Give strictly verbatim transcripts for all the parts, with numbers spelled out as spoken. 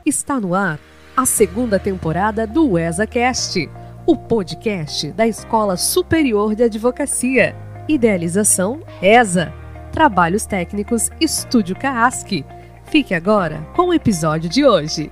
Está no ar a segunda temporada do ESAcast, o podcast da Escola Superior de Advocacia. Idealização ESA. Trabalhos técnicos Estúdio CAASC. Fique agora com o episódio de hoje.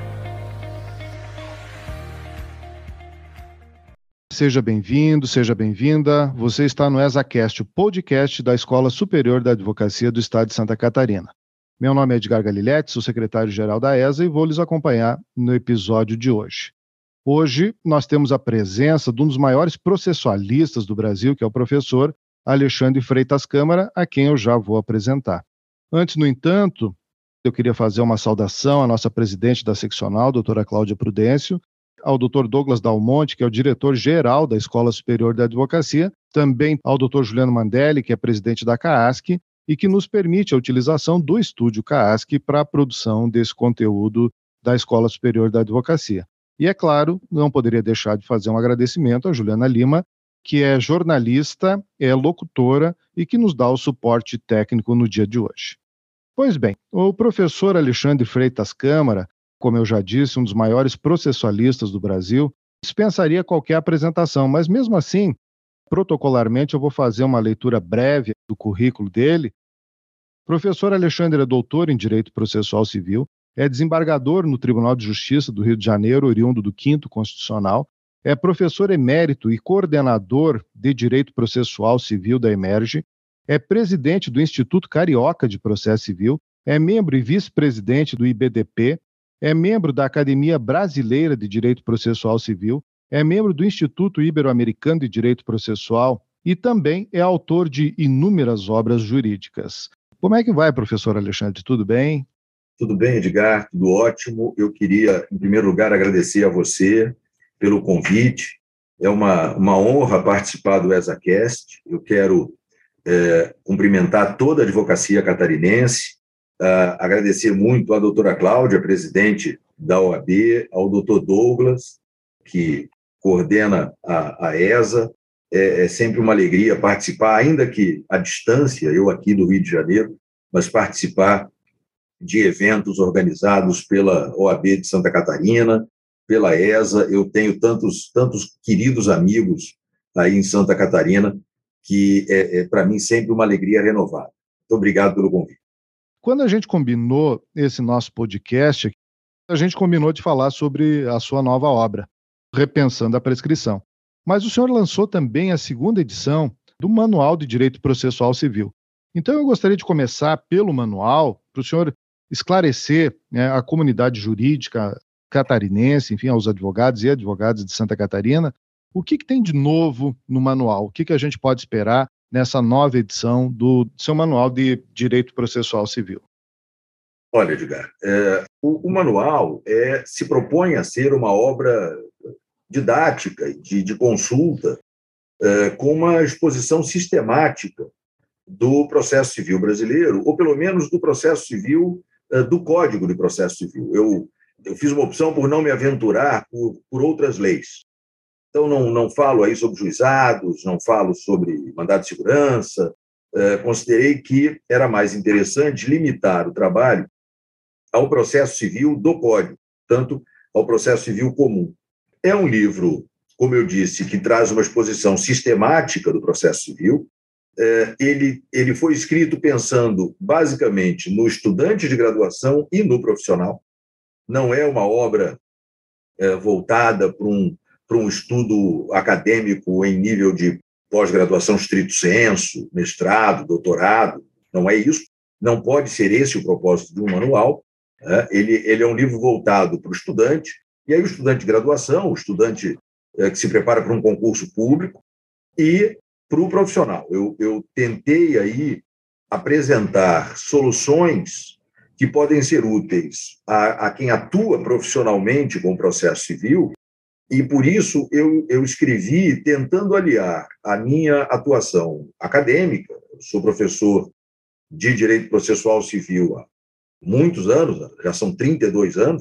Seja bem-vindo, seja bem-vinda. Você está no ESAcast, o podcast da Escola Superior da Advocacia do Estado de Santa Catarina. Meu nome é Edgar Galiletti, sou secretário-geral da ESA e vou lhes acompanhar no episódio de hoje. Hoje nós temos a presença de um dos maiores processualistas do Brasil, que é o professor Alexandre Freitas Câmara, a quem eu já vou apresentar. Antes, no entanto, eu queria fazer uma saudação à nossa presidente da seccional, doutora Cláudia Prudêncio, ao doutor Douglas Dalmonte, que é o diretor-geral da Escola Superior da Advocacia, também ao doutor Juliano Mandelli, que é presidente da CAASC, e que nos permite a utilização do estúdio CAASC para a produção desse conteúdo da Escola Superior da Advocacia. E, é claro, não poderia deixar de fazer um agradecimento à Juliana Lima, que é jornalista, é locutora e que nos dá o suporte técnico no dia de hoje. Pois bem, o professor Alexandre Freitas Câmara, como eu já disse, um dos maiores processualistas do Brasil, dispensaria qualquer apresentação, mas mesmo assim, protocolarmente, eu vou fazer uma leitura breve do currículo dele. O professor Alexandre é doutor em Direito Processual Civil, é desembargador no Tribunal de Justiça do Rio de Janeiro, oriundo do quinto Constitucional, é professor emérito e coordenador de Direito Processual Civil da Emerge, é presidente do Instituto Carioca de Processo Civil, é membro e vice-presidente do I B D P, é membro da Academia Brasileira de Direito Processual Civil, é membro do Instituto Ibero-Americano de Direito Processual e também é autor de inúmeras obras jurídicas. Como é que vai, professor Alexandre? Tudo bem? Tudo bem, Edgar, tudo ótimo. Eu queria, em primeiro lugar, agradecer a você pelo convite. É uma, uma honra participar do ESAcast. Eu quero é, cumprimentar toda a advocacia catarinense, uh, agradecer muito à doutora Cláudia, presidente da O A B, ao doutor Douglas, que coordena a, a ESA. É, é sempre uma alegria participar, ainda que à distância, eu aqui do Rio de Janeiro, mas participar de eventos organizados pela O A B de Santa Catarina, pela ESA. Eu tenho tantos, tantos queridos amigos aí em Santa Catarina que é, é para mim sempre uma alegria renovada. Muito obrigado pelo convite. Quando a gente combinou esse nosso podcast, a gente combinou de falar sobre a sua nova obra, Repensando a Prescrição. Mas o senhor lançou também a segunda edição do Manual de Direito Processual Civil. Então eu gostaria de começar pelo manual, para o senhor esclarecer, né, a comunidade jurídica catarinense, enfim, aos advogados e advogadas de Santa Catarina, o que, que tem de novo no manual, o que, que a gente pode esperar nessa nova edição do seu Manual de Direito Processual Civil. Olha, Edgar, é, o, o manual é, se propõe a ser uma obra didática, de, de consulta, é, com uma exposição sistemática do processo civil brasileiro, ou pelo menos do processo civil, é, do Código de Processo Civil. Eu, eu fiz uma opção por não me aventurar por, por outras leis. Então, não, não falo aí sobre juizados, não falo sobre mandado de segurança. É, considerei que era mais interessante limitar o trabalho ao processo civil do Código, tanto ao processo civil comum. É um livro, como eu disse, que traz uma exposição sistemática do processo civil. É, ele, ele foi escrito pensando, basicamente, no estudante de graduação e no profissional. Não é uma obra é, voltada para um, para um estudo acadêmico em nível de pós-graduação stricto sensu, mestrado, doutorado. Não é isso. Não pode ser esse o propósito de um manual. É, ele, ele é um livro voltado para o estudante, e aí o estudante de graduação, o estudante é, que se prepara para um concurso público, e para o profissional. Eu, eu tentei aí apresentar soluções que podem ser úteis a, a quem atua profissionalmente com o processo civil, e por isso eu, eu escrevi tentando aliar a minha atuação acadêmica. Eu sou professor de Direito Processual Civil há muitos anos, já são trinta e dois anos,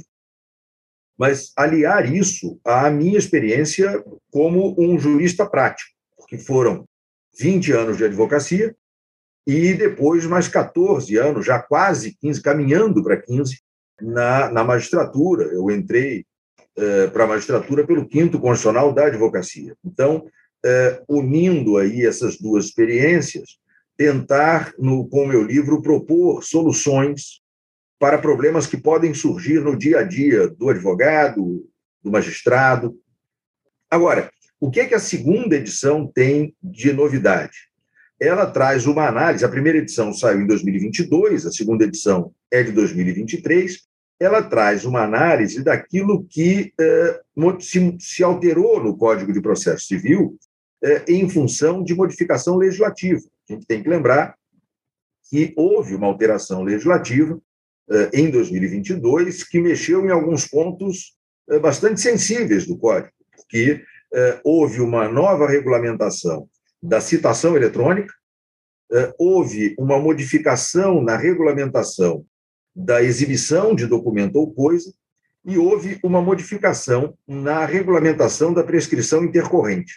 mas aliar isso à minha experiência como um jurista prático, porque foram vinte anos de advocacia e depois mais quatorze anos, já quase quinze, caminhando para quinze, na, na magistratura. Eu entrei eh, para a magistratura pelo quinto Constitucional da Advocacia. Então, eh, unindo aí essas duas experiências, tentar, no, com o meu livro, propor soluções para problemas que podem surgir no dia a dia do advogado, do magistrado. Agora, o que é que a segunda edição tem de novidade? Ela traz uma análise, a primeira edição saiu em dois mil e vinte e dois, a segunda edição é de dois mil e vinte e três, ela traz uma análise daquilo que eh, se, se alterou no Código de Processo Civil eh, em função de modificação legislativa. A gente tem que lembrar que houve uma alteração legislativa eh, em dois mil e vinte e dois que mexeu em alguns pontos eh, bastante sensíveis do Código, porque eh, houve uma nova regulamentação da citação eletrônica, eh, houve uma modificação na regulamentação da exibição de documento ou coisa, e houve uma modificação na regulamentação da prescrição intercorrente.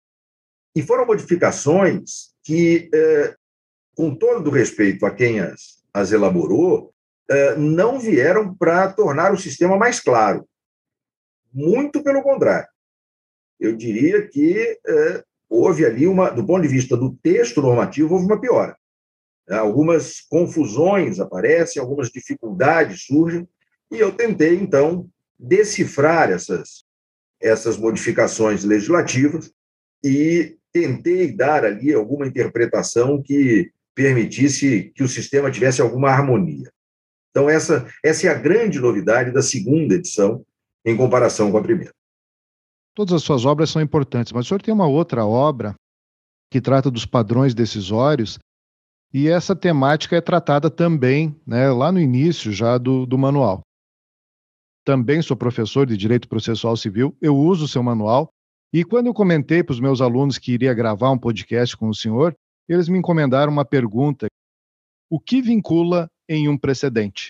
E foram modificações que, eh, com todo o respeito a quem as, as elaborou, eh, não vieram para tornar o sistema mais claro. Muito pelo contrário. Eu diria que eh, houve ali uma, do ponto de vista do texto normativo, houve uma piora. Algumas confusões aparecem, algumas dificuldades surgem, e eu tentei, então, decifrar essas, essas modificações legislativas e tentei dar ali alguma interpretação que permitisse que o sistema tivesse alguma harmonia. Então, essa, essa é a grande novidade da segunda edição em comparação com a primeira. Todas as suas obras são importantes, mas o senhor tem uma outra obra que trata dos padrões decisórios, e essa temática é tratada também, né, lá no início já do, do manual. Também sou professor de Direito Processual Civil, eu uso o seu manual, e quando eu comentei para os meus alunos que iria gravar um podcast com o senhor, eles me encomendaram uma pergunta: o que vincula em um precedente?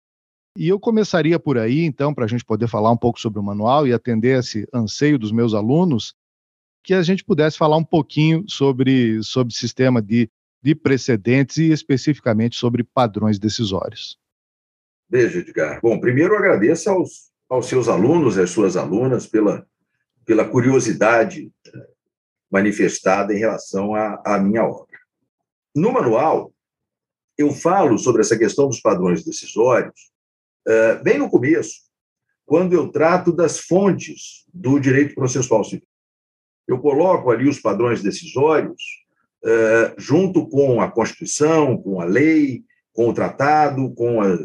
E eu começaria por aí, então, para a gente poder falar um pouco sobre o manual e atender esse anseio dos meus alunos, que a gente pudesse falar um pouquinho sobre, sobre sistema de de precedentes e especificamente sobre padrões decisórios. Veja, Edgar. Bom, primeiro eu agradeço aos, aos seus alunos e às suas alunas pela, pela curiosidade manifestada em relação à, à minha obra. No manual, eu falo sobre essa questão dos padrões decisórios uh, bem no começo, quando eu trato das fontes do direito processual civil. Eu coloco ali os padrões decisórios Uh, junto com a Constituição, com a lei, com o tratado, com a,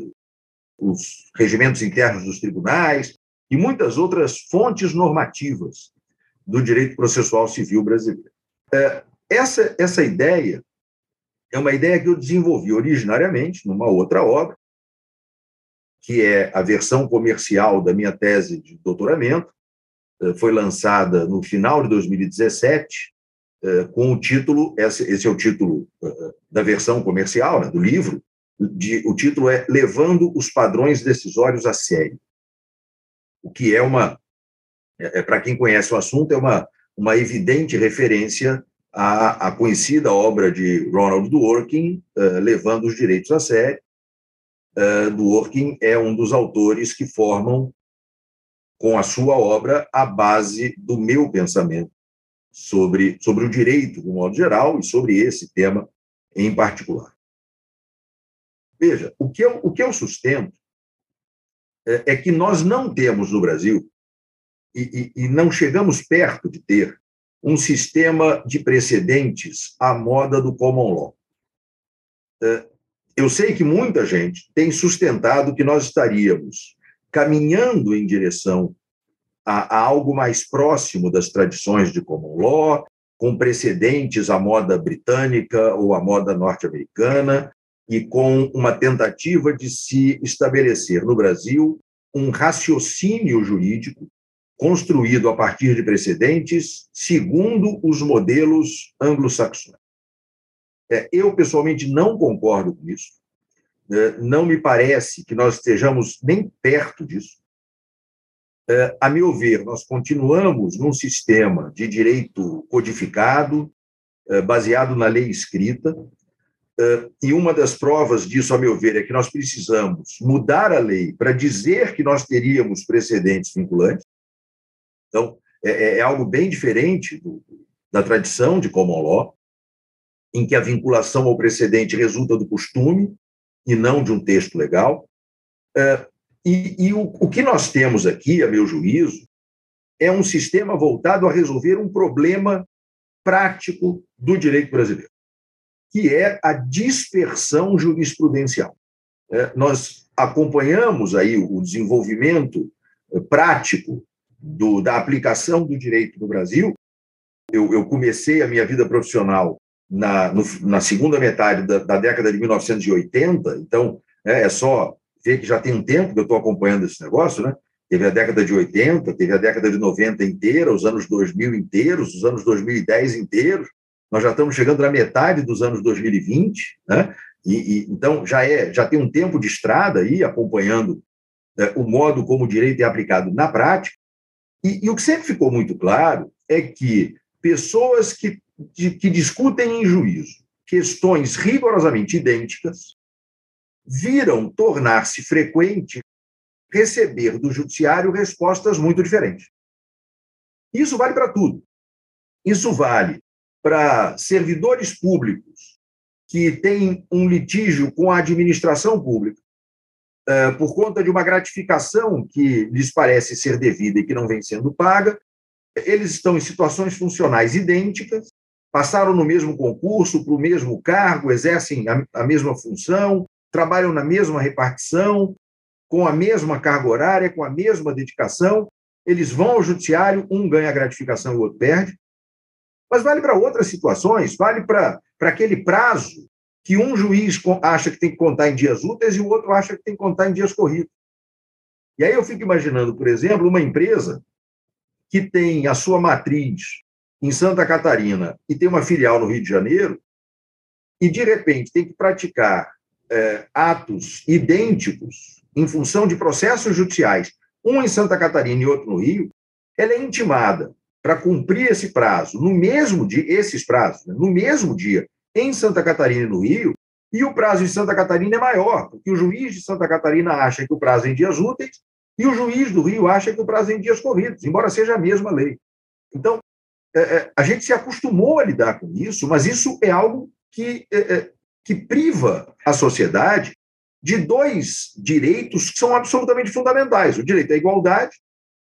os regimentos internos dos tribunais e muitas outras fontes normativas do direito processual civil brasileiro. Uh, essa, essa ideia é uma ideia que eu desenvolvi originariamente numa outra obra, que é a versão comercial da minha tese de doutoramento, uh, foi lançada no final de dois mil e dezessete, com o título, esse, esse é o título da versão comercial, né, do livro, de, o título é Levando os Padrões Decisórios a Sério, o que é uma, é, para quem conhece o assunto, é uma, uma evidente referência à, à conhecida obra de Ronald Dworkin, uh, Levando os Direitos a Sério. Uh, Dworkin é um dos autores que formam, com a sua obra, a base do meu pensamento Sobre, sobre o direito, de um modo geral, e sobre esse tema em particular. Veja, o que eu, o que eu sustento é, é que nós não temos no Brasil, e, e, e não chegamos perto de ter, um sistema de precedentes à moda do common law. É, eu sei que muita gente tem sustentado que nós estaríamos caminhando em direção a, a algo mais próximo das tradições de common law, com precedentes à moda britânica ou à moda norte-americana, e com uma tentativa de se estabelecer no Brasil um raciocínio jurídico construído a partir de precedentes segundo os modelos anglo-saxões. É, eu, pessoalmente, não concordo com isso. É, não me parece que nós estejamos nem perto disso. É, a meu ver, nós continuamos num sistema de direito codificado, é, baseado na lei escrita, e uma das provas disso, a meu ver, é que nós precisamos mudar a lei para dizer que nós teríamos precedentes vinculantes. Então, é, é algo bem diferente do, da tradição de common law, em que a vinculação ao precedente resulta do costume e não de um texto legal. E, e o, o que nós temos aqui, a meu juízo, é um sistema voltado a resolver um problema prático do direito brasileiro, que é a dispersão jurisprudencial. É, nós acompanhamos aí o desenvolvimento prático do, da aplicação do direito no Brasil. Eu, eu comecei a minha vida profissional na, no, na segunda metade da, da década de mil novecentos e oitenta, então é, é só ver que já tem um tempo que eu estou acompanhando esse negócio, né? Teve a década de oitenta, teve a década de noventa inteira, os anos dois mil inteiros, os anos dois mil e dez inteiros. Nós já estamos chegando na metade dos anos dois mil e vinte, né? E, e, então, já, é, já tem um tempo de estrada aí, acompanhando é, o modo como o direito é aplicado na prática. E, e o que sempre ficou muito claro é que pessoas que, de, que discutem em juízo questões rigorosamente idênticas viram tornar-se frequente receber do judiciário respostas muito diferentes. Isso vale para tudo. Isso vale para servidores públicos que têm um litígio com a administração pública uh, por conta de uma gratificação que lhes parece ser devida e que não vem sendo paga. Eles estão em situações funcionais idênticas, passaram no mesmo concurso, para o mesmo cargo, exercem a, a mesma função, trabalham na mesma repartição, com a mesma carga horária, com a mesma dedicação. Eles vão ao judiciário, um ganha a gratificação e o outro perde. Mas vale para outras situações, vale para, para aquele prazo que um juiz acha que tem que contar em dias úteis e o outro acha que tem que contar em dias corridos. E aí eu fico imaginando, por exemplo, uma empresa que tem a sua matriz em Santa Catarina e tem uma filial no Rio de Janeiro e, de repente, tem que praticar é, atos idênticos em função de processos judiciais, um em Santa Catarina e outro no Rio. Ela é intimada para cumprir esse prazo, no mesmo dia, esses prazos, né, no mesmo dia, em Santa Catarina e no Rio, e o prazo em Santa Catarina é maior, porque o juiz de Santa Catarina acha que o prazo é em dias úteis e o juiz do Rio acha que o prazo é em dias corridos, embora seja a mesma lei. Então, é, é, a gente se acostumou a lidar com isso, mas isso é algo que, é, que priva a sociedade de dois direitos que são absolutamente fundamentais. O direito à igualdade,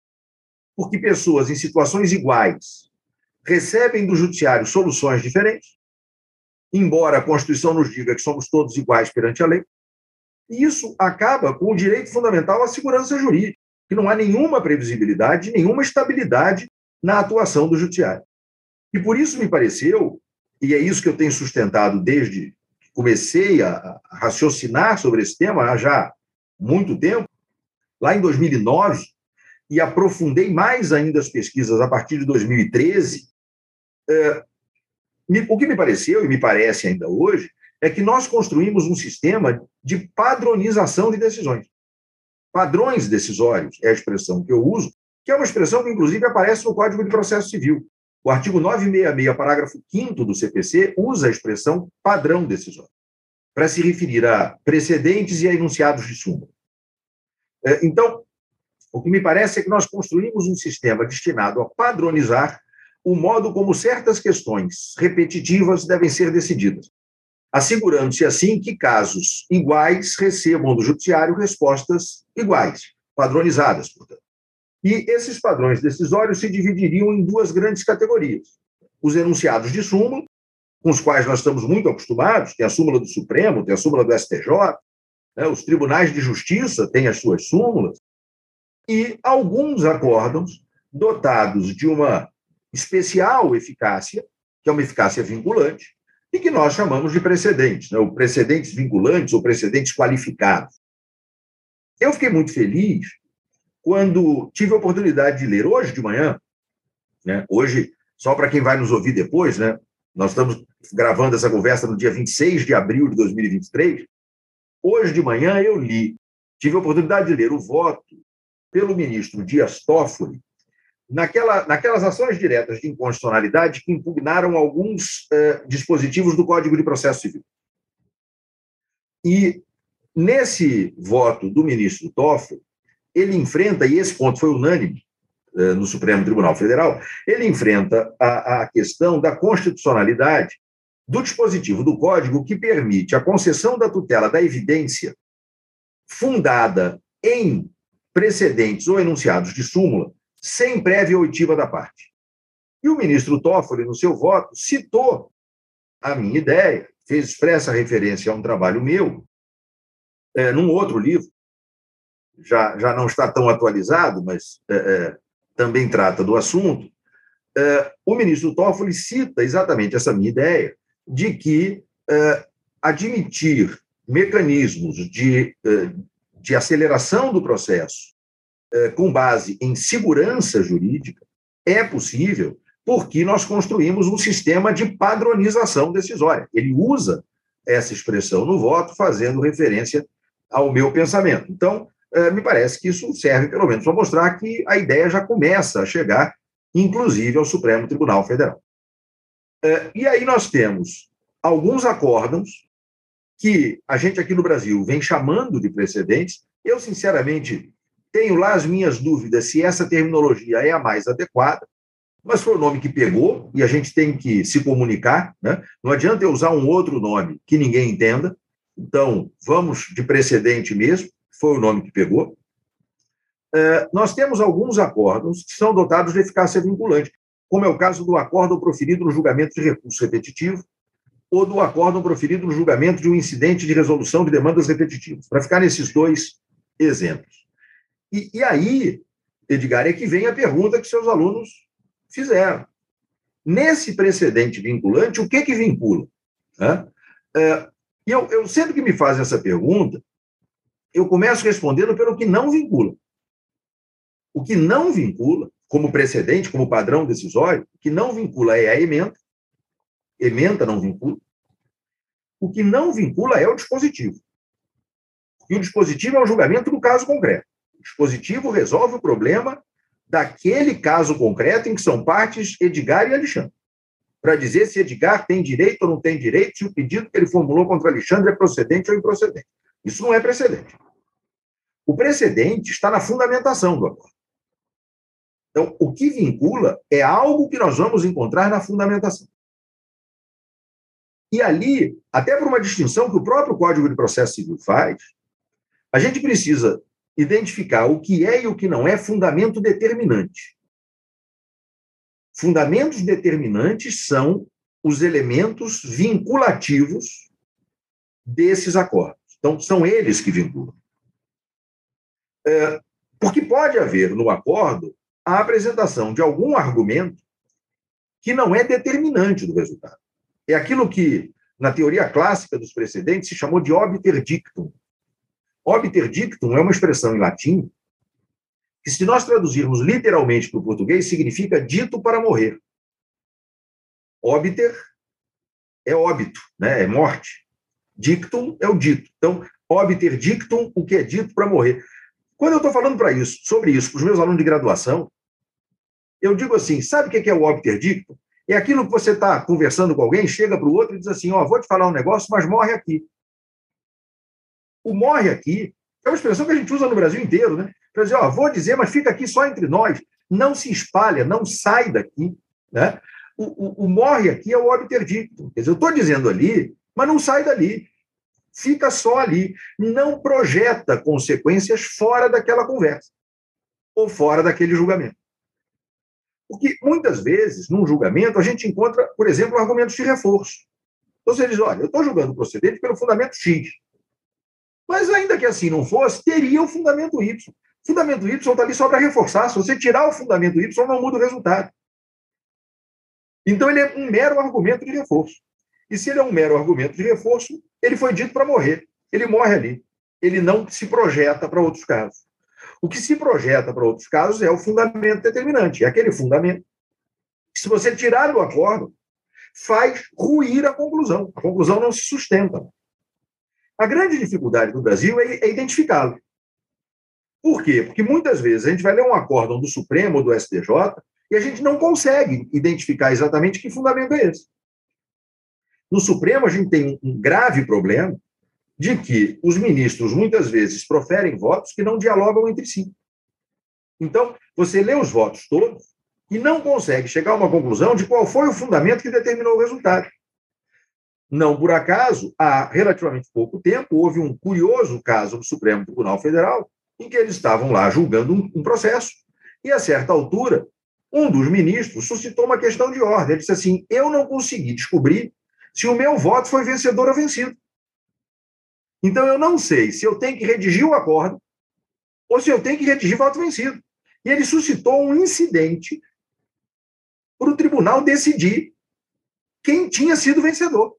porque pessoas em situações iguais recebem do judiciário soluções diferentes, embora a Constituição nos diga que somos todos iguais perante a lei. E isso acaba com o direito fundamental à segurança jurídica, que não há nenhuma previsibilidade, nenhuma estabilidade na atuação do judiciário. E por isso me pareceu, e é isso que eu tenho sustentado desde que comecei a raciocinar sobre esse tema há já muito tempo, lá em dois mil e nove, e aprofundei mais ainda as pesquisas a partir de dois mil e treze, é, o que me pareceu, e me parece ainda hoje, é que nós construímos um sistema de padronização de decisões. Padrões decisórios é a expressão que eu uso, que é uma expressão que, inclusive, aparece no Código de Processo Civil. O artigo novecentos e sessenta e seis, parágrafo quinto do C P C, usa a expressão padrão decisório, para se referir a precedentes e a enunciados de súmula. Então, o que me parece é que nós construímos um sistema destinado a padronizar o modo como certas questões repetitivas devem ser decididas, assegurando-se assim que casos iguais recebam do judiciário respostas iguais, padronizadas, portanto. E esses padrões decisórios se dividiriam em duas grandes categorias. Os enunciados de súmula, com os quais nós estamos muito acostumados, tem a súmula do Supremo, tem a súmula do S T J, né, os tribunais de justiça têm as suas súmulas, e alguns acórdãos dotados de uma especial eficácia, que é uma eficácia vinculante, e que nós chamamos de precedentes, né? Ou precedentes vinculantes ou precedentes qualificados. Eu fiquei muito feliz quando tive a oportunidade de ler hoje de manhã, né? Hoje, só para quem vai nos ouvir depois, né? Nós estamos gravando essa conversa no dia vinte e seis de abril de dois mil e vinte e três, hoje de manhã eu li, tive a oportunidade de ler o voto pelo ministro Dias Toffoli, Naquela, naquelas ações diretas de inconstitucionalidade que impugnaram alguns eh, dispositivos do Código de Processo Civil. E, nesse voto do ministro Toffoli, ele enfrenta, e esse ponto foi unânime eh, no Supremo Tribunal Federal, ele enfrenta a, a questão da constitucionalidade do dispositivo do Código que permite a concessão da tutela da evidência fundada em precedentes ou enunciados de súmula, sem prévia oitiva da parte. E o ministro Toffoli, no seu voto, citou a minha ideia, fez expressa referência a um trabalho meu, é, num outro livro, já, já não está tão atualizado, mas é, é, também trata do assunto. É, o ministro Toffoli cita exatamente essa minha ideia de que é, admitir mecanismos de, é, de aceleração do processo é, com base em segurança jurídica é possível porque nós construímos um sistema de padronização decisória. Ele usa essa expressão no voto, fazendo referência ao meu pensamento. Então, me parece que isso serve, pelo menos, para mostrar que a ideia já começa a chegar, inclusive, ao Supremo Tribunal Federal. E aí nós temos alguns acórdãos que a gente aqui no Brasil vem chamando de precedentes. Eu, sinceramente, tenho lá as minhas dúvidas se essa terminologia é a mais adequada, mas foi o nome que pegou e a gente tem que se comunicar, né? Não adianta eu usar um outro nome que ninguém entenda. Então, vamos de precedente mesmo, foi o nome que pegou. É, nós temos alguns acórdãos que são dotados de eficácia vinculante, como é o caso do acórdão proferido no julgamento de recurso repetitivo ou do acórdão proferido no julgamento de um incidente de resolução de demandas repetitivas, para ficar nesses dois exemplos. E, e aí, Edgar, é que vem a pergunta que seus alunos fizeram. Nesse precedente vinculante, o que que vincula? Né? É, e eu, eu, sempre que me fazem essa pergunta, eu começo respondendo pelo que não vincula. O que não vincula, como precedente, como padrão decisório, o que não vincula é a ementa, ementa não vincula. O que não vincula é o dispositivo. E o dispositivo é o julgamento do caso concreto. O dispositivo resolve o problema daquele caso concreto em que são partes Edgar e Alexandre, para dizer se Edgar tem direito ou não tem direito, se o pedido que ele formulou contra Alexandre é procedente ou improcedente. Isso não é precedente. O precedente está na fundamentação do acordo. Então, o que vincula é algo que nós vamos encontrar na fundamentação. E ali, até por uma distinção que o próprio Código de Processo Civil faz, a gente precisa identificar o que é e o que não é fundamento determinante. Fundamentos determinantes são os elementos vinculativos desses acordos. Então, são eles que vinculam. É, porque pode haver no acordo a apresentação de algum argumento que não é determinante do resultado. É aquilo que, na teoria clássica dos precedentes, se chamou de obiter dictum. Obiter dictum é uma expressão em latim que, se nós traduzirmos literalmente para o português, significa dito para morrer. Obiter é óbito, né? É morte. Dictum é o dito. Então, obiter dictum, o que é dito para morrer. Quando eu estou falando para isso, sobre isso para os meus alunos de graduação, eu digo assim, sabe o que é o obiter dictum? É aquilo que você está conversando com alguém, chega para o outro e diz assim, ó, vou te falar um negócio, mas morre aqui. O morre aqui é uma expressão que a gente usa no Brasil inteiro, né? Para dizer, ó, vou dizer, mas fica aqui só entre nós, não se espalha, não sai daqui, né? O, o, o morre aqui é o obiter dictum. Quer dizer, eu estou dizendo ali, mas não sai dali. Fica só ali. Não projeta consequências fora daquela conversa ou fora daquele julgamento. Porque, muitas vezes, num julgamento, a gente encontra, por exemplo, argumentos de reforço. Então, você diz, olha, eu estou julgando o procedente pelo fundamento X. Mas, ainda que assim não fosse, teria o fundamento Y. O fundamento Y está ali só para reforçar. Se você tirar o fundamento Y, não muda o resultado. Então, ele é um mero argumento de reforço. E se ele é um mero argumento de reforço, ele foi dito para morrer. Ele morre ali. Ele não se projeta para outros casos. O que se projeta para outros casos é o fundamento determinante. É aquele fundamento que, se você tirar do acordo, faz ruir a conclusão. A conclusão não se sustenta. A grande dificuldade do Brasil é, é identificá-lo. Por quê? Porque muitas vezes a gente vai ler um acórdão do Supremo ou do S T J e a gente não consegue identificar exatamente que fundamento é esse. No Supremo, a gente tem um grave problema, de que os ministros, muitas vezes, proferem votos que não dialogam entre si. Então, você lê os votos todos e não consegue chegar a uma conclusão de qual foi o fundamento que determinou o resultado. Não por acaso, há relativamente pouco tempo, houve um curioso caso do Supremo Tribunal Federal, em que eles estavam lá julgando um, um processo, e, a certa altura, um dos ministros suscitou uma questão de ordem. Ele disse assim: eu não consegui descobrir se o meu voto foi vencedor ou vencido. Então, eu não sei se eu tenho que redigir o acordo ou se eu tenho que redigir voto vencido. E ele suscitou um incidente para o tribunal decidir quem tinha sido vencedor.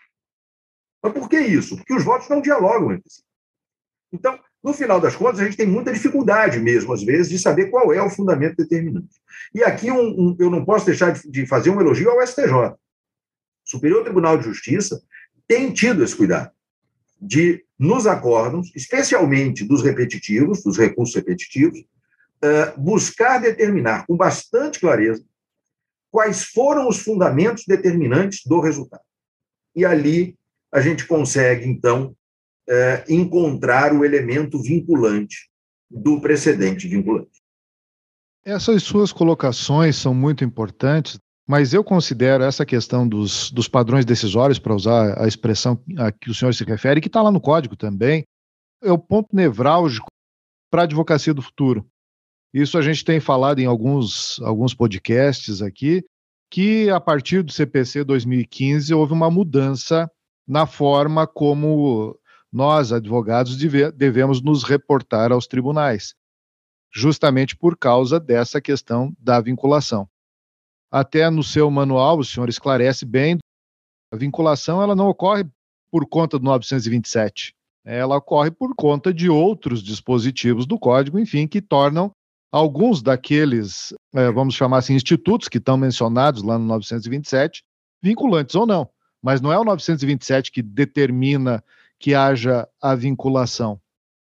Mas por que isso? Porque os votos não dialogam entre si. Então, no final das contas, a gente tem muita dificuldade mesmo, às vezes, de saber qual é o fundamento determinante. E aqui um, um, eu não posso deixar de, de fazer um elogio ao S T J. O Superior Tribunal de Justiça tem tido esse cuidado de, nos acórdãos, especialmente dos repetitivos, dos recursos repetitivos, uh, buscar determinar com bastante clareza quais foram os fundamentos determinantes do resultado. E ali a gente consegue, então, uh, encontrar o elemento vinculante do precedente vinculante. Essas suas colocações são muito importantes, mas eu considero essa questão dos, dos padrões decisórios, para usar a expressão a que o senhor se refere, que está lá no Código também, é o ponto nevrálgico para a advocacia do futuro. Isso a gente tem falado em alguns, alguns podcasts aqui, que a partir do C P C dois mil e quinze houve uma mudança na forma como nós, advogados, deve, devemos nos reportar aos tribunais, justamente por causa dessa questão da vinculação. Até no seu manual, o senhor esclarece bem, a vinculação ela não ocorre por conta do novecentos e vinte e sete, ela ocorre por conta de outros dispositivos do Código, enfim, que tornam alguns daqueles, eh, vamos chamar assim, institutos que estão mencionados lá no novecentos e vinte e sete, vinculantes ou não. Mas não é o novecentos e vinte e sete que determina que haja a vinculação.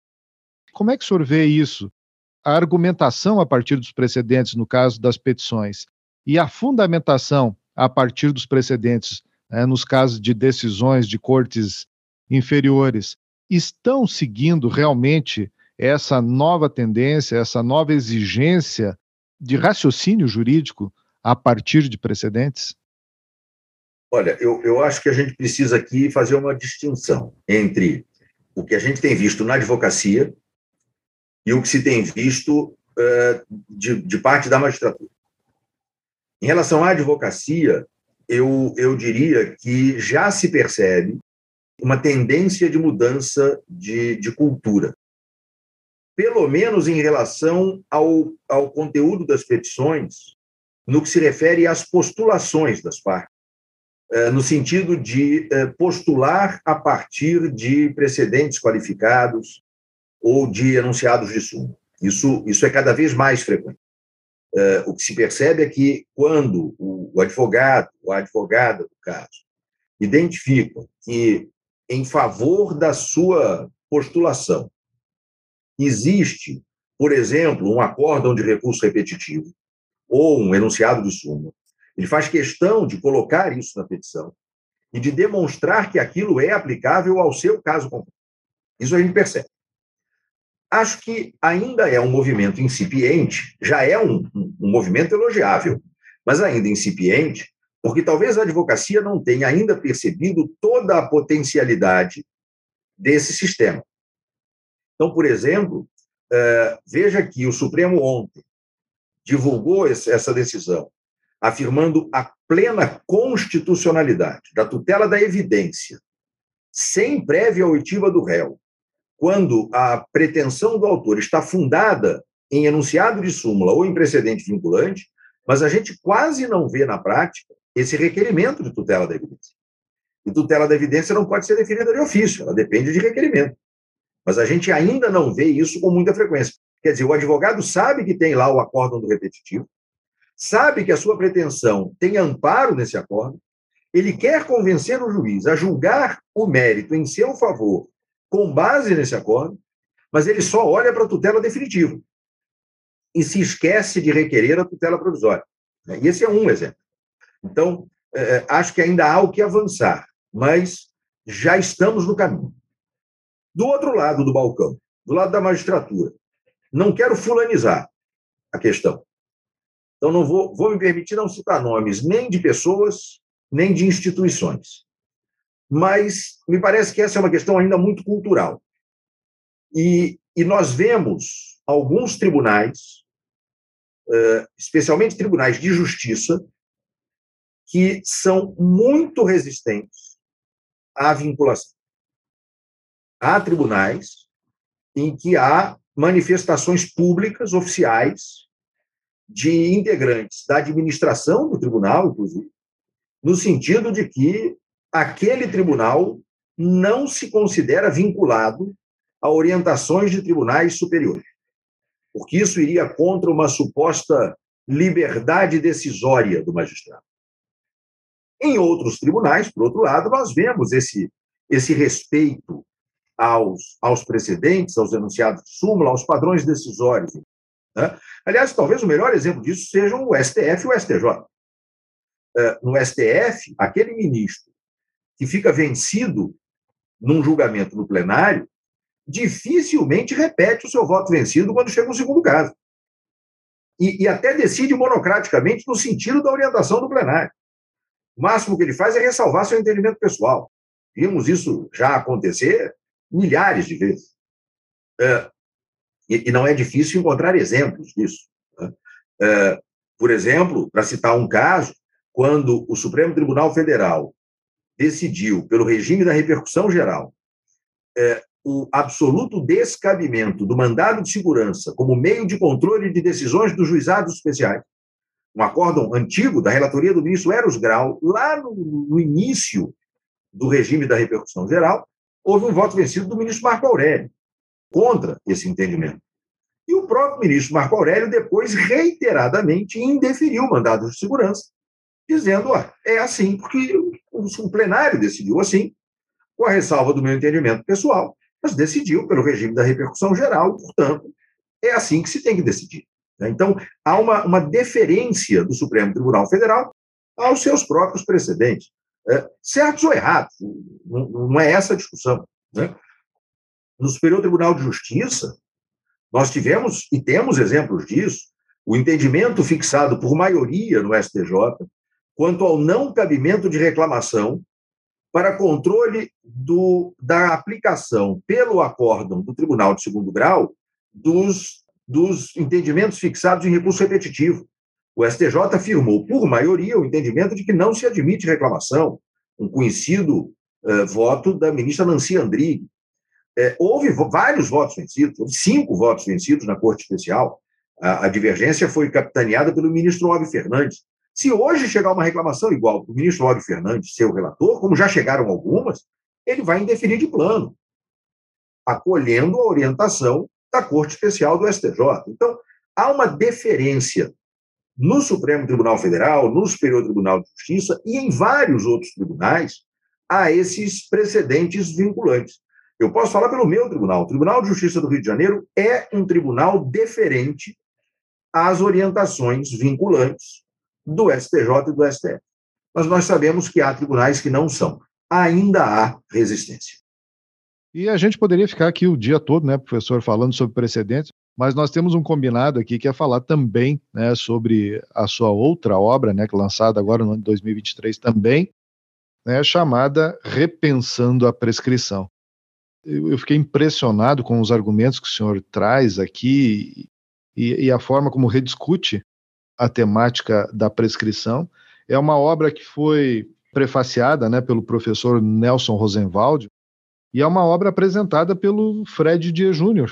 Como é que o senhor vê isso? A argumentação a partir dos precedentes, no caso das petições, e a fundamentação a partir dos precedentes, né, nos casos de decisões de cortes inferiores, estão seguindo realmente essa nova tendência, essa nova exigência de raciocínio jurídico a partir de precedentes? Olha, eu, eu acho que a gente precisa aqui fazer uma distinção entre o que a gente tem visto na advocacia e o que se tem visto uh, de, de parte da magistratura. Em relação à advocacia, eu, eu diria que já se percebe uma tendência de mudança de, de cultura, pelo menos em relação ao, ao conteúdo das petições, no que se refere às postulações das partes, no sentido de postular a partir de precedentes qualificados ou de enunciados de súmula. Isso, isso é cada vez mais frequente. O que se percebe é que, quando o advogado ou a advogada do caso identifica que, em favor da sua postulação, existe, por exemplo, um acórdão de recurso repetitivo ou um enunciado de súmula, ele faz questão de colocar isso na petição e de demonstrar que aquilo é aplicável ao seu caso concreto. Isso a gente percebe. Acho que ainda é um movimento incipiente, já é um, um, um movimento elogiável, mas ainda incipiente, porque talvez a advocacia não tenha ainda percebido toda a potencialidade desse sistema. Então, por exemplo, uh, veja que o Supremo ontem divulgou esse, essa decisão, afirmando a plena constitucionalidade da tutela da evidência, sem prévia oitiva do réu, quando a pretensão do autor está fundada em enunciado de súmula ou em precedente vinculante, mas a gente quase não vê na prática esse requerimento de tutela da evidência. E tutela da evidência não pode ser definida de ofício, ela depende de requerimento. Mas a gente ainda não vê isso com muita frequência. Quer dizer, o advogado sabe que tem lá o acórdão do repetitivo, sabe que a sua pretensão tem amparo nesse acórdão, ele quer convencer o juiz a julgar o mérito em seu favor com base nesse acordo, mas ele só olha para a tutela definitiva e se esquece de requerer a tutela provisória. E esse é um exemplo. Então, acho que ainda há o que avançar, mas já estamos no caminho. Do outro lado do balcão, do lado da magistratura, não quero fulanizar a questão. Então, não vou, vou me permitir não citar nomes nem de pessoas, nem de instituições. Mas me parece que essa é uma questão ainda muito cultural. E, e nós vemos alguns tribunais, especialmente tribunais de justiça, que são muito resistentes à vinculação. Há tribunais em que há manifestações públicas, oficiais, de integrantes da administração do tribunal, inclusive, no sentido de que aquele tribunal não se considera vinculado a orientações de tribunais superiores, porque isso iria contra uma suposta liberdade decisória do magistrado. Em outros tribunais, por outro lado, nós vemos esse, esse respeito aos, aos precedentes, aos enunciados de súmula, aos padrões decisórios. Né? Aliás, talvez o melhor exemplo disso sejam o S T F e o S T J. No S T F, aquele ministro que fica vencido num julgamento no plenário dificilmente repete o seu voto vencido quando chega no segundo caso. E, e até decide monocraticamente no sentido da orientação do plenário. O máximo que ele faz é ressalvar seu entendimento pessoal. Vimos isso já acontecer milhares de vezes. É, e, e não é difícil encontrar exemplos disso. Né? É, por exemplo, para citar um caso, quando o Supremo Tribunal Federal decidiu, pelo regime da repercussão geral, é, o absoluto descabimento do mandado de segurança como meio de controle de decisões dos juizados especiais, um acórdão antigo da relatoria do ministro Eros Grau, lá no, no início do regime da repercussão geral, houve um voto vencido do ministro Marco Aurélio contra esse entendimento. E o próprio ministro Marco Aurélio depois reiteradamente indeferiu o mandado de segurança, dizendo, ó, é assim, porque o plenário decidiu assim, com a ressalva do meu entendimento pessoal, mas decidiu pelo regime da repercussão geral, portanto, é assim que se tem que decidir. Então, há uma, uma deferência do Supremo Tribunal Federal aos seus próprios precedentes, é, certos ou errados, não, não é essa a discussão. Né? No Superior Tribunal de Justiça, nós tivemos, e temos exemplos disso, o entendimento fixado por maioria no S T J quanto ao não cabimento de reclamação para controle do, da aplicação pelo acórdão do Tribunal de Segundo Grau dos, dos entendimentos fixados em recurso repetitivo. O S T J afirmou, por maioria, o entendimento de que não se admite reclamação, um conhecido eh, voto da ministra Nancy Andrighi. Eh, houve vários votos vencidos, houve cinco votos vencidos na Corte Especial. A, a divergência foi capitaneada pelo ministro Óbvio Fernandes. Se hoje chegar uma reclamação igual para o ministro Óbvio Fernandes ser o relator, como já chegaram algumas, ele vai indeferir de plano, acolhendo a orientação da Corte Especial do S T J. Então, há uma deferência no Supremo Tribunal Federal, no Superior Tribunal de Justiça e em vários outros tribunais a esses precedentes vinculantes. Eu posso falar pelo meu tribunal. O Tribunal de Justiça do Rio de Janeiro é um tribunal deferente às orientações vinculantes do S T J e do S T F. Mas nós sabemos que há tribunais que não são. Ainda há resistência. E a gente poderia ficar aqui o dia todo, né, professor, falando sobre precedentes, mas nós temos um combinado aqui que é falar também, né, sobre a sua outra obra, né, que é lançada agora no ano de dois mil e vinte e três também, né, chamada Repensando a Prescrição. Eu, eu fiquei impressionado com os argumentos que o senhor traz aqui e, e a forma como rediscute a temática da prescrição. É uma obra que foi prefaciada, né, pelo professor Nelson Rosenwald, e é uma obra apresentada pelo Fred Dias Júnior.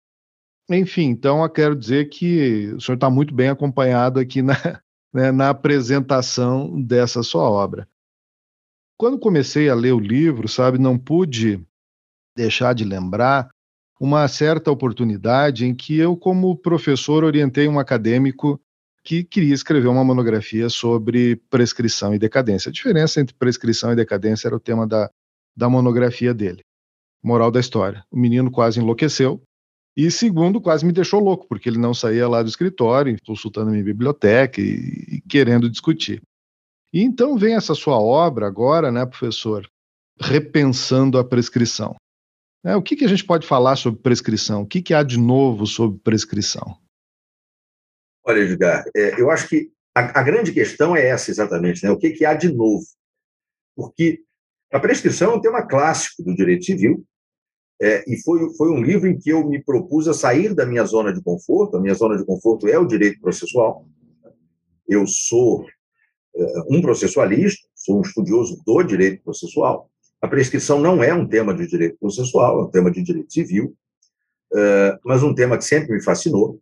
Enfim, então eu quero dizer que o senhor está muito bem acompanhado aqui na, né, na apresentação dessa sua obra. Quando comecei a ler o livro, sabe, não pude deixar de lembrar uma certa oportunidade em que eu, como professor, orientei um acadêmico que queria escrever uma monografia sobre prescrição e decadência. A diferença entre prescrição e decadência era o tema da, da monografia dele. Moral da história: o menino quase enlouqueceu e, segundo, quase me deixou louco, porque ele não saía lá do escritório, consultando a minha biblioteca e, e querendo discutir. E então vem essa sua obra agora, né, professor, Repensando a Prescrição. É, o que, que a gente pode falar sobre prescrição? O que, que há de novo sobre prescrição? Olha, Edgar, é, eu acho que a, a grande questão é essa exatamente, né? O que, que há de novo? Porque a prescrição é um tema clássico do direito civil, é, e foi, foi um livro em que eu me propus a sair da minha zona de conforto. A minha zona de conforto é o direito processual. Eu sou é, um processualista, sou um estudioso do direito processual. A prescrição não é um tema de direito processual, é um tema de direito civil, é, mas um tema que sempre me fascinou,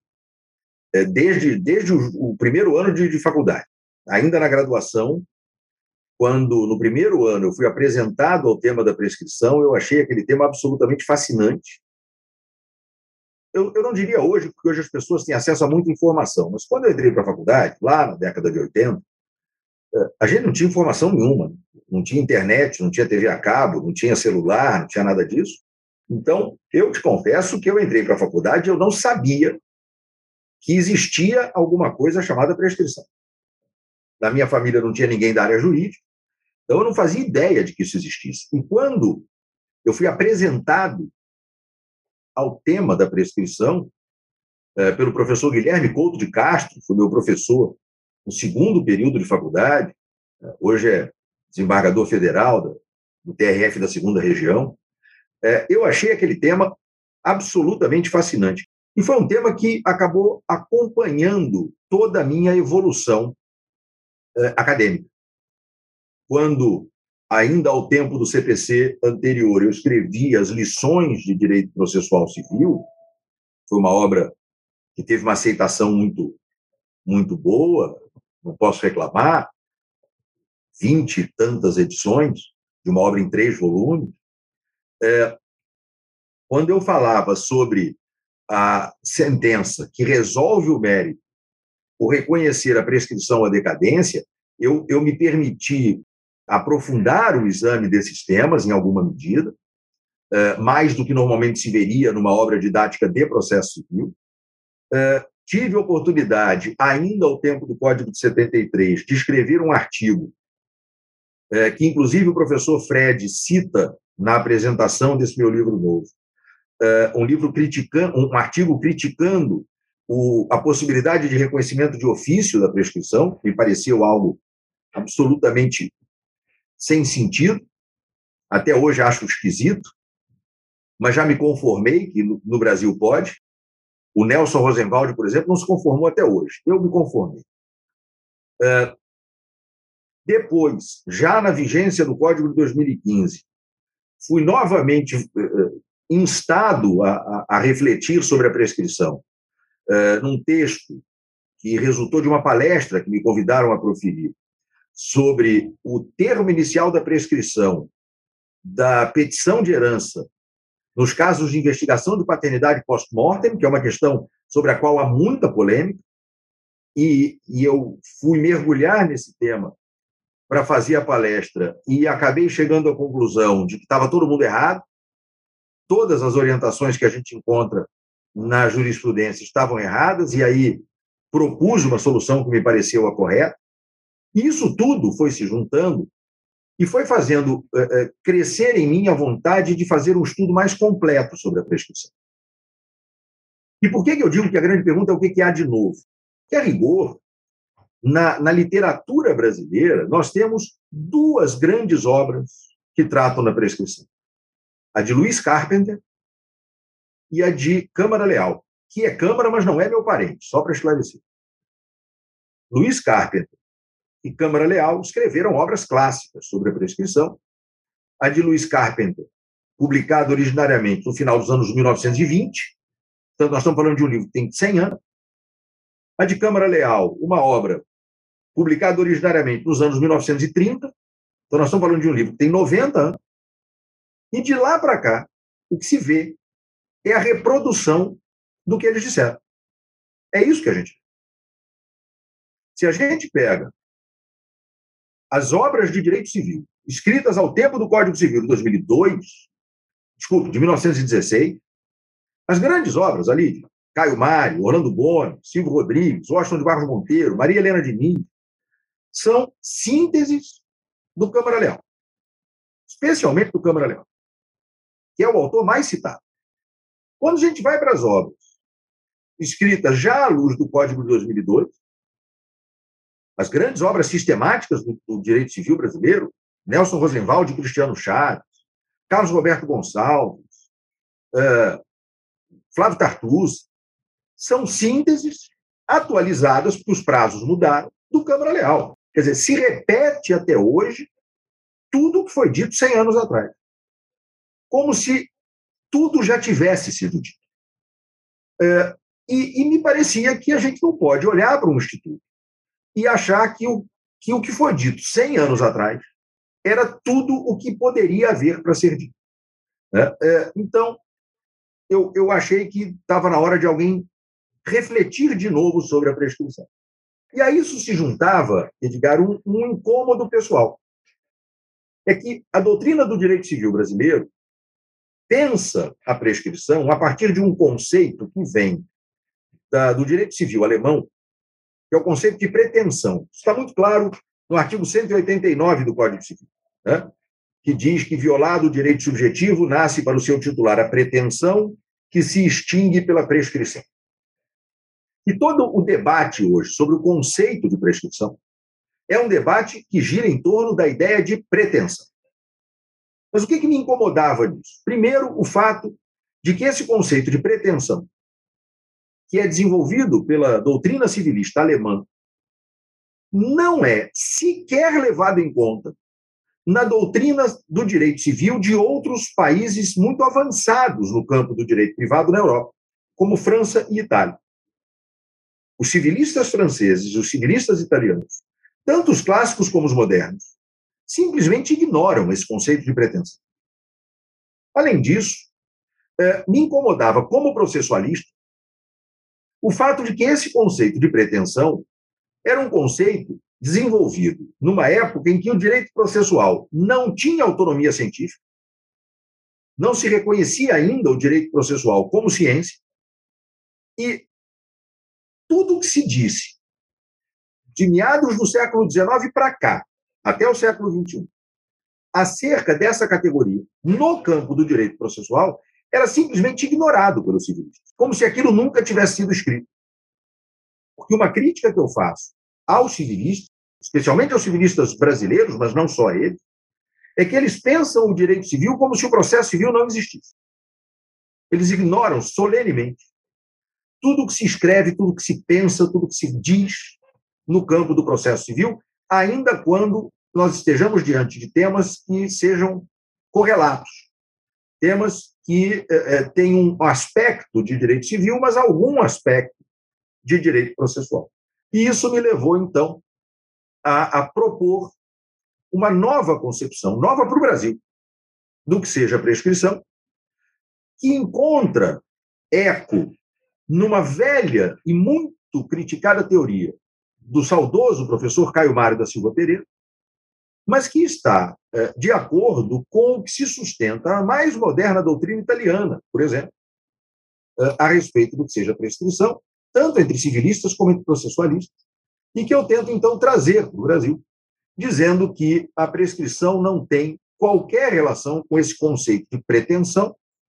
é, desde, desde o, o primeiro ano de, de faculdade. Ainda na graduação, quando, no primeiro ano, eu fui apresentado ao tema da prescrição, eu achei aquele tema absolutamente fascinante. Eu, eu não diria hoje, porque hoje as pessoas têm acesso a muita informação, mas quando eu entrei para a faculdade, lá na década de oitenta, a gente não tinha informação nenhuma, não tinha internet, não tinha T V a cabo, não tinha celular, não tinha nada disso. Então, eu te confesso que eu entrei para a faculdade e eu não sabia que existia alguma coisa chamada prescrição. Na minha família não tinha ninguém da área jurídica, então eu não fazia ideia de que isso existisse. E quando eu fui apresentado ao tema da prescrição é, pelo professor Guilherme Couto de Castro, foi meu professor no segundo período de faculdade, hoje é desembargador federal do T R F da segunda região, é, eu achei aquele tema absolutamente fascinante. E foi um tema que acabou acompanhando toda a minha evolução é, acadêmica. Quando, ainda ao tempo do C P C anterior, eu escrevi as lições de direito processual civil, foi uma obra que teve uma aceitação muito, muito boa, não posso reclamar, vinte e tantas edições, de uma obra em três volumes. É, quando eu falava sobre a sentença que resolve o mérito por reconhecer a prescrição ou a decadência, eu, eu me permiti aprofundar o exame desses temas, em alguma medida, é, mais do que normalmente se veria numa obra didática de processo civil. É, tive oportunidade, ainda ao tempo do Código de setenta e três, de escrever um artigo é, que, inclusive, o professor Fred cita na apresentação desse meu livro novo. É, um livro criticando, um artigo criticando o, a possibilidade de reconhecimento de ofício da prescrição, que me pareceu algo absolutamente sem sentido. Até hoje acho esquisito, mas já me conformei que no, no Brasil pode. O Nelson Rosenwald, por exemplo, não se conformou até hoje. Eu me conformei. É, depois, já na vigência do Código de dois mil e quinze, fui novamente uh, instado a, a, a refletir sobre a prescrição, uh, num texto que resultou de uma palestra que me convidaram a proferir, sobre o termo inicial da prescrição da petição de herança nos casos de investigação de paternidade post-mortem, que é uma questão sobre a qual há muita polêmica, e, e eu fui mergulhar nesse tema para fazer a palestra e acabei chegando à conclusão de que estava todo mundo errado, todas as orientações que a gente encontra na jurisprudência estavam erradas, e aí propus uma solução que me pareceu a correta. E isso tudo foi se juntando e foi fazendo uh, crescer em mim a vontade de fazer um estudo mais completo sobre a prescrição. E por que, que eu digo que a grande pergunta é o que, que há de novo? Que, a rigor, na, na literatura brasileira, nós temos duas grandes obras que tratam da prescrição. A de Luiz Carpenter e a de Câmara Leal, que é Câmara, mas não é meu parente, só para esclarecer. Luiz Carpenter e Câmara Leal escreveram obras clássicas sobre a prescrição. A de Luiz Carpenter, publicada originariamente no final dos anos mil novecentos e vinte, portanto, nós estamos falando de um livro que tem cem anos. A de Câmara Leal, uma obra publicada originariamente nos anos mil novecentos e trinta, então nós estamos falando de um livro que tem noventa anos, e de lá para cá, o que se vê é a reprodução do que eles disseram. É isso que a gente vê. Se a gente pega as obras de direito civil, escritas ao tempo do Código Civil de dois mil e dois, desculpe, de mil novecentos e dezesseis, as grandes obras ali, Caio Mário, Orlando Bono, Silvio Rodrigues, Washington de Barros Monteiro, Maria Helena de Mim, são sínteses do Câmara Leal, especialmente do Câmara Leal. que é o autor mais citado. Quando a gente vai para as obras escritas já à luz do Código de dois mil e dois, as grandes obras sistemáticas do, do direito civil brasileiro, Nelson Rosenwald e Cristiano Chaves, Carlos Roberto Gonçalves, uh, Flávio Tartucci, são sínteses atualizadas, porque os prazos mudaram, do Câmara Leal. Quer dizer, se repete até hoje tudo o que foi dito cem anos atrás. Como se tudo já tivesse sido dito. É, e, e me parecia que a gente não pode olhar para um instituto e achar que o que, o que foi dito cem anos atrás era tudo o que poderia haver para ser dito. É, é, então, eu, eu achei que estava na hora de alguém refletir de novo sobre a prescrição. E a isso se juntava, Edgar, um, um incômodo pessoal. É que a doutrina do direito civil brasileiro pensa a prescrição a partir de um conceito que vem da, do direito civil alemão, que é o conceito de pretensão. Isso está muito claro no artigo cento e oitenta e nove do Código Civil, né? Que diz que, violado o direito subjetivo, nasce para o seu titular a pretensão que se extingue pela prescrição. E todo o debate hoje sobre o conceito de prescrição é um debate que gira em torno da ideia de pretensão. Mas o que, que me incomodava nisso? Primeiro, o fato de que esse conceito de pretensão, que é desenvolvido pela doutrina civilista alemã, não é sequer levado em conta na doutrina do direito civil de outros países muito avançados no campo do direito privado na Europa, como França e Itália. Os civilistas franceses e os civilistas italianos, tanto os clássicos como os modernos, simplesmente ignoram esse conceito de pretensão. Além disso, me incomodava, como processualista, o fato de que esse conceito de pretensão era um conceito desenvolvido numa época em que o direito processual não tinha autonomia científica, não se reconhecia ainda o direito processual como ciência, e tudo o que se disse de meados do século dezenove para cá, até o século vinte e um, acerca dessa categoria no campo do direito processual, era simplesmente ignorado pelos civilistas, como se aquilo nunca tivesse sido escrito. Porque uma crítica que eu faço aos civilistas, especialmente aos civilistas brasileiros, mas não só a eles, é que eles pensam o direito civil como se o processo civil não existisse. Eles ignoram solenemente tudo o que se escreve, tudo o que se pensa, tudo o que se diz no campo do processo civil, ainda quando nós estejamos diante de temas que sejam correlatos, temas que eh, têm um aspecto de direito civil, mas algum aspecto de direito processual. E isso me levou, então, a, a propor uma nova concepção, nova para o Brasil, do que seja a prescrição, que encontra eco numa velha e muito criticada teoria do saudoso professor Caio Mário da Silva Pereira, mas que está é, de acordo com o que se sustenta a mais moderna doutrina italiana, por exemplo, é, a respeito do que seja prescrição, tanto entre civilistas como entre processualistas, e que eu tento, então, trazer para o Brasil, dizendo que a prescrição não tem qualquer relação com esse conceito de pretensão,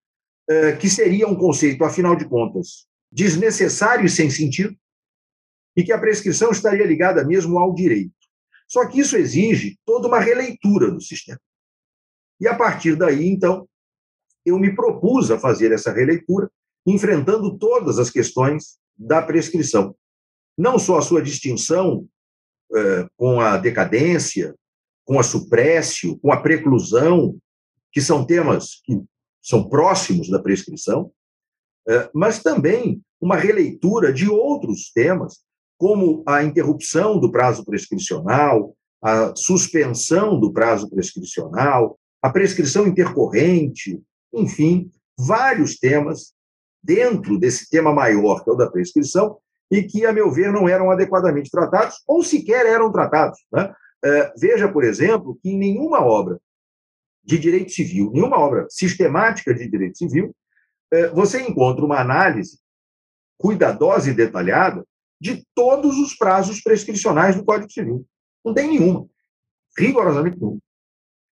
é, que seria um conceito, afinal de contas, desnecessário e sem sentido, e que a prescrição estaria ligada mesmo ao direito. Só que isso exige toda uma releitura do sistema. E, a partir daí, então, eu me propus a fazer essa releitura, enfrentando todas as questões da prescrição. Não só a sua distinção eh, com a decadência, com a suprécio, com a preclusão, que são temas que são próximos da prescrição, eh, mas também uma releitura de outros temas, como a interrupção do prazo prescricional, a suspensão do prazo prescricional, a prescrição intercorrente, enfim, vários temas dentro desse tema maior, que é o da prescrição, e que, a meu ver, não eram adequadamente tratados, ou sequer eram tratados, né? É, veja, por exemplo, que em nenhuma obra de direito civil, nenhuma obra sistemática de direito civil, é, você encontra uma análise cuidadosa e detalhada de todos os prazos prescricionais do Código Civil. Não tem nenhuma. Rigorosamente nenhuma.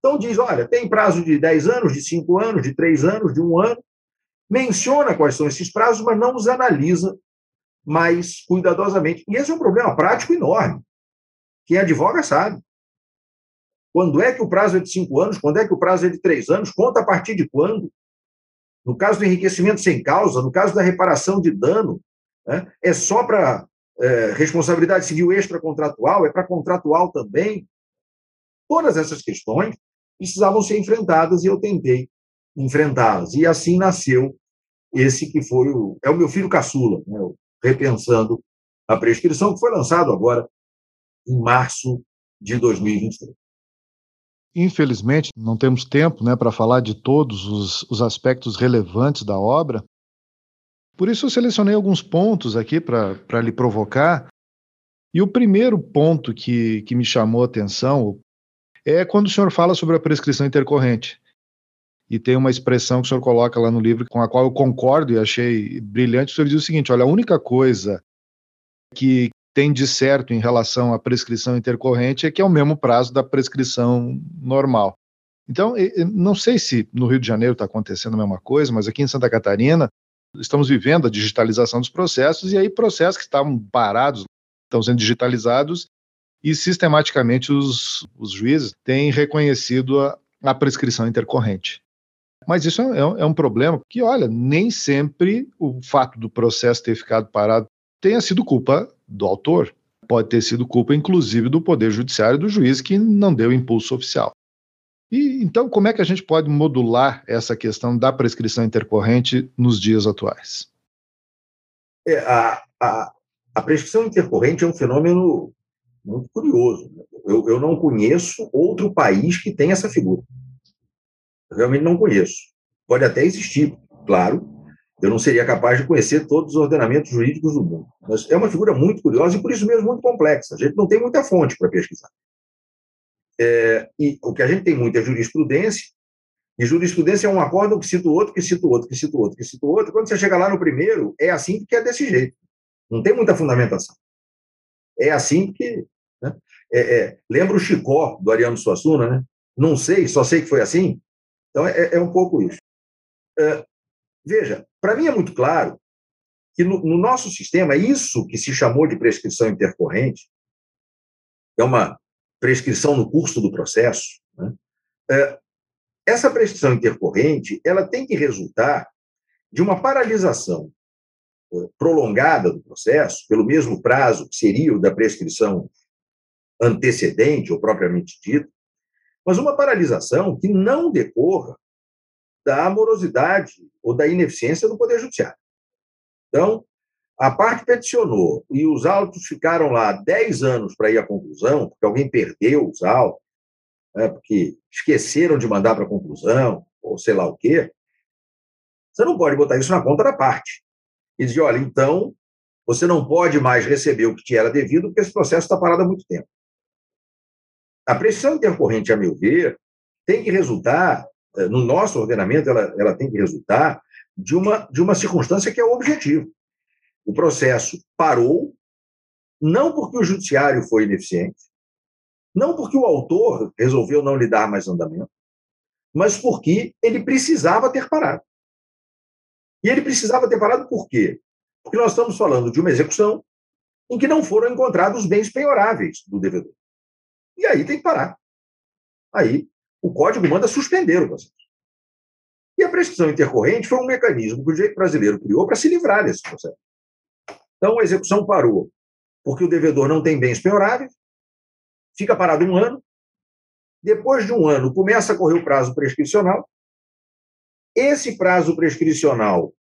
Então diz, olha, tem prazo de dez anos, de cinco anos, de três anos, de um ano, menciona quais são esses prazos, mas não os analisa mais cuidadosamente. E esse é um problema prático enorme. Quem advoga sabe. Quando é que o prazo é de cinco anos? Quando é que o prazo é de três anos? Conta a partir de quando? No caso do enriquecimento sem causa, no caso da reparação de dano, né, é só para é, responsabilidade civil extracontratual, é para contratual também. Todas essas questões precisavam ser enfrentadas e eu tentei enfrentá-las. E assim nasceu esse que foi o... É o meu filho caçula, né, o Repensando a Prescrição, que foi lançado agora em março de dois mil e vinte e três. Infelizmente, não temos tempo, né, para falar de todos os, os aspectos relevantes da obra. Por isso eu selecionei alguns pontos aqui para lhe provocar. E o primeiro ponto que, que me chamou a atenção é quando o senhor fala sobre a prescrição intercorrente. E tem uma expressão que o senhor coloca lá no livro com a qual eu concordo e achei brilhante. O senhor diz o seguinte, olha, a única coisa que tem de certo em relação à prescrição intercorrente é que é o mesmo prazo da prescrição normal. Então, não sei se no Rio de Janeiro está acontecendo a mesma coisa, mas aqui em Santa Catarina estamos vivendo a digitalização dos processos e aí processos que estavam parados estão sendo digitalizados e sistematicamente os, os juízes têm reconhecido a, a prescrição intercorrente. Mas isso é, é um problema que, olha, nem sempre o fato do processo ter ficado parado tenha sido culpa do autor. Pode ter sido culpa, inclusive, do Poder Judiciário e do juiz que não deu impulso oficial. E então, como é que a gente pode modular essa questão da prescrição intercorrente nos dias atuais? É, a, a, a prescrição intercorrente é um fenômeno muito curioso. Eu, eu não conheço outro país que tenha essa figura. Eu realmente não conheço. Pode até existir, claro. Eu não seria capaz de conhecer todos os ordenamentos jurídicos do mundo. Mas é uma figura muito curiosa e, por isso mesmo, muito complexa. A gente não tem muita fonte para pesquisar. É, e o que a gente tem muito é jurisprudência, e jurisprudência é um acórdão que cita o outro, que cita o outro, que cita o outro, que cita o outro. Quando você chega lá no primeiro, é assim porque é desse jeito. Não tem muita fundamentação. É assim porque... Né? É, é, lembra o Chicó, do Ariano Suassuna, né? Não sei, só sei que foi assim. Então, é, é um pouco isso. É, veja, para mim é muito claro que no, no nosso sistema, isso que se chamou de prescrição intercorrente, é uma prescrição no curso do processo, né? É, essa prescrição intercorrente, ela tem que resultar de uma paralisação é, prolongada do processo, pelo mesmo prazo que seria o da prescrição antecedente, ou propriamente dita, mas uma paralisação que não decorra da morosidade ou da ineficiência do Poder Judiciário. Então, a parte peticionou e os autos ficaram lá dez anos para ir à conclusão, porque alguém perdeu os autos, né, porque esqueceram de mandar para a conclusão, ou sei lá o quê. Você não pode botar isso na conta da parte. E dizer, olha, então, você não pode mais receber o que te era devido, porque esse processo está parado há muito tempo. A prescrição intercorrente, a meu ver, tem que resultar, no nosso ordenamento, ela, ela tem que resultar de uma, de uma circunstância que é o objetivo. O processo parou, não porque o judiciário foi ineficiente, não porque o autor resolveu não lhe dar mais andamento, mas porque ele precisava ter parado. E ele precisava ter parado por quê? Porque nós estamos falando de uma execução em que não foram encontrados bens penhoráveis do devedor. E aí tem que parar. Aí o Código manda suspender o processo. E a prescrição intercorrente foi um mecanismo que o direito brasileiro criou para se livrar desse processo. Então, a execução parou porque o devedor não tem bens penhoráveis, fica parado um ano, depois de um ano começa a correr o prazo prescricional, esse prazo prescricional